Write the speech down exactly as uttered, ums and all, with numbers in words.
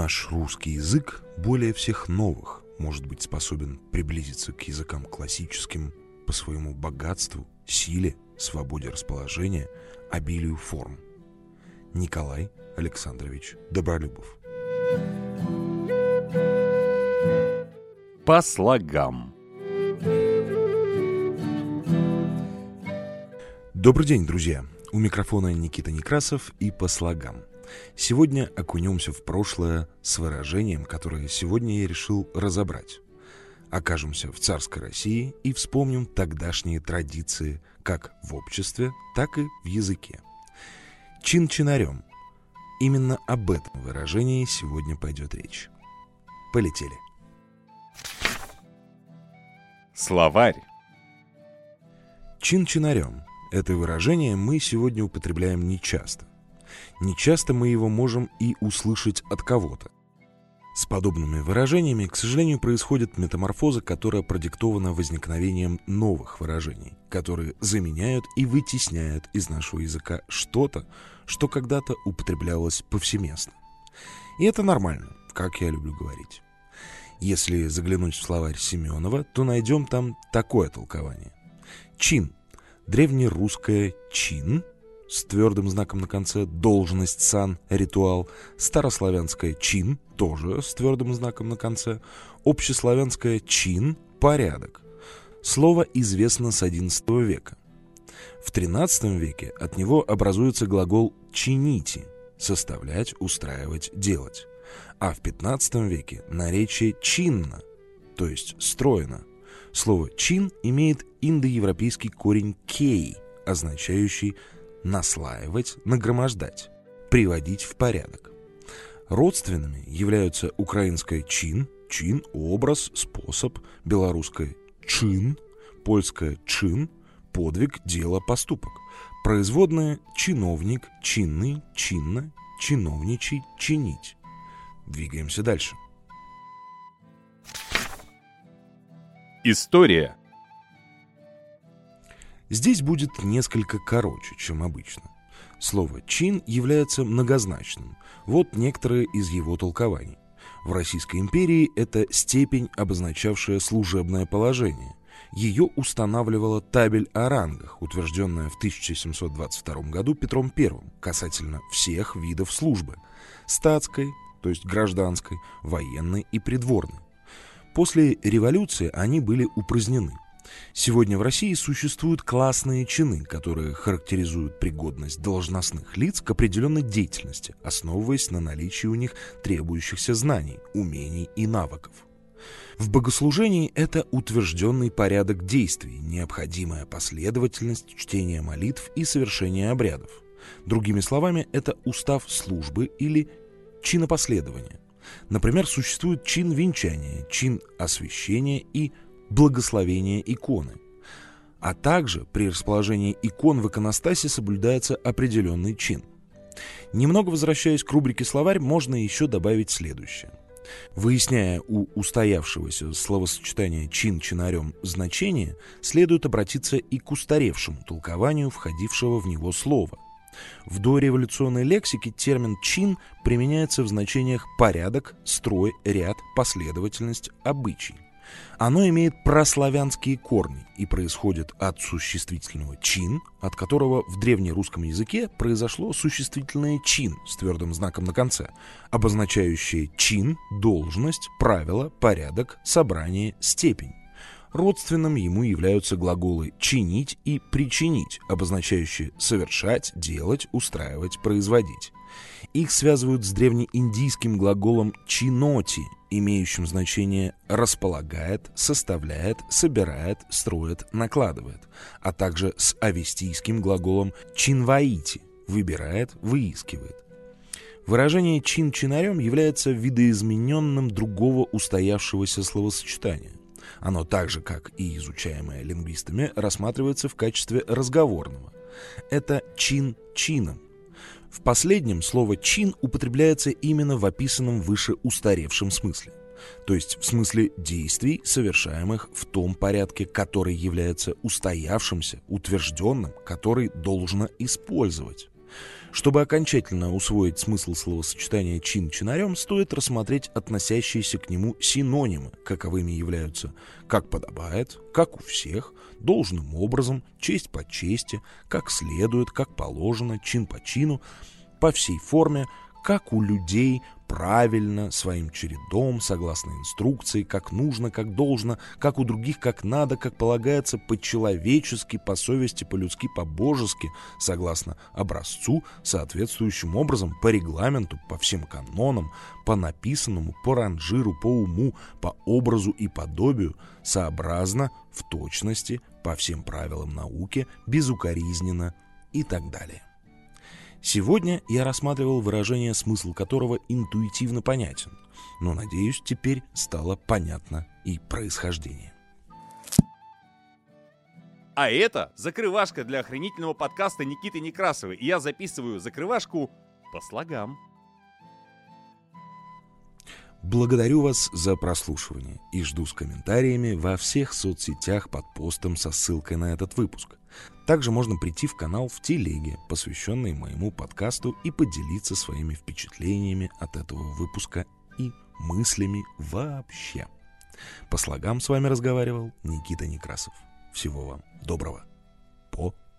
Наш русский язык более всех новых может быть способен приблизиться к языкам классическим по своему богатству, силе, свободе расположения, обилию форм. Николай Александрович Добролюбов. По слогам. Добрый день, друзья! У микрофона Никита Некрасов и по слогам. Сегодня окунемся в прошлое с выражением, которое сегодня я решил разобрать. Окажемся в царской России и вспомним тогдашние традиции как в обществе, так и в языке. Чин-чинарем. Именно об этом выражении сегодня пойдет речь. Полетели. Словарь. Чин-чинарем. Это выражение мы сегодня употребляем нечасто. Нечасто мы его можем и услышать от кого-то. С подобными выражениями, к сожалению, происходит метаморфоза, которая продиктована возникновением новых выражений, которые заменяют и вытесняют из нашего языка что-то, что когда-то употреблялось повсеместно. И это нормально, как я люблю говорить. Если заглянуть в словарь Семенова, то найдем там такое толкование. Чин. Древнерусское «чин» с твердым знаком на конце, должность, сан, ритуал, старославянское «чин» тоже с твердым знаком на конце, общеславянское «чин» — порядок. Слово известно с одиннадцатого века. В тринадцатом веке от него образуется глагол «чините» — составлять, устраивать, делать. А в пятнадцатом веке наречие «чинно», то есть «стройно». Слово «чин» имеет индоевропейский корень «кей», означающий наслаивать, нагромождать, приводить в порядок. Родственными являются украинское «чин», «чин» — образ, способ, белорусское «чин», польское «чин» — подвиг, дело, поступок, производное «чиновник», «чинный», «чинно», «чиновничий», «чинить». Двигаемся дальше. История. Здесь будет несколько короче, чем обычно. Слово «чин» является многозначным. Вот некоторые из его толкований. В Российской империи это степень, обозначавшая служебное положение. Ее устанавливала табель о рангах, утвержденная в тысяча семьсот двадцать втором году Петром Первым, касательно всех видов службы – статской, то есть гражданской, военной и придворной. После революции они были упразднены. Сегодня в России существуют классные чины, которые характеризуют пригодность должностных лиц к определенной деятельности, основываясь на наличии у них требующихся знаний, умений и навыков. В богослужении это утвержденный порядок действий, необходимая последовательность чтения молитв и совершения обрядов. Другими словами, это устав службы или чинопоследование. Например, существует чин венчания, чин освящения и благословения иконы. А также при расположении икон в иконостасе соблюдается определенный чин. Немного возвращаясь к рубрике «Словарь», можно еще добавить следующее. Выясняя у устоявшегося словосочетания «чин-чинарем» значение, следует обратиться и к устаревшему толкованию входившего в него слова. В дореволюционной лексике термин «чин» применяется в значениях «порядок», «строй», «ряд», «последовательность», «обычай». Оно имеет прославянские корни и происходит от существительного «чин», от которого в древнерусском языке произошло существительное «чин» с твердым знаком на конце, обозначающее чин, должность, правило, порядок, собрание, степень. Родственным ему являются глаголы «чинить» и «причинить», обозначающие «совершать», «делать», «устраивать», «производить». Их связывают с древнеиндийским глаголом «чиноти», имеющим значение «располагает», «составляет», «собирает», «строит», «накладывает», а также с авестийским глаголом «чинваити» — «выбирает», «выискивает». Выражение «чин-чинарем» является видоизмененным другого устоявшегося словосочетания. Оно так же, как и изучаемое лингвистами, рассматривается в качестве разговорного. Это чин чином. В последнем слово «чин» употребляется именно в описанном выше устаревшем смысле, то есть в смысле действий, совершаемых в том порядке, который является устоявшимся, утвержденным, который должно использовать. Чтобы окончательно усвоить смысл словосочетания «чин чинарем», стоит рассмотреть относящиеся к нему синонимы, каковыми являются «как подобает», «как у всех», «должным образом», «честь по чести», «как следует», «как положено», «чин по чину», «по всей форме», «как у людей», «правильно», «своим чередом», «согласно инструкции», «как нужно», «как должно», «как у других», «как надо», «как полагается», «по-человечески», «по совести», «по-людски», «по-божески», «согласно образцу», «соответствующим образом», «по регламенту», «по всем канонам», «по написанному», «по ранжиру», «по уму», «по образу и подобию», «сообразно», «в точности», «по всем правилам науки», «безукоризненно» и так далее. Сегодня я рассматривал выражение, смысл которого интуитивно понятен, но, надеюсь, теперь стало понятно и происхождение. А это закрывашка для охренительного подкаста Никиты Некрасовой. И я записываю закрывашку по слогам. Благодарю вас за прослушивание и жду с комментариями во всех соцсетях под постом со ссылкой на этот выпуск. Также можно прийти в канал в Телеге, посвященный моему подкасту, и поделиться своими впечатлениями от этого выпуска и мыслями вообще. По слогам с вами разговаривал Никита Некрасов. Всего вам доброго. По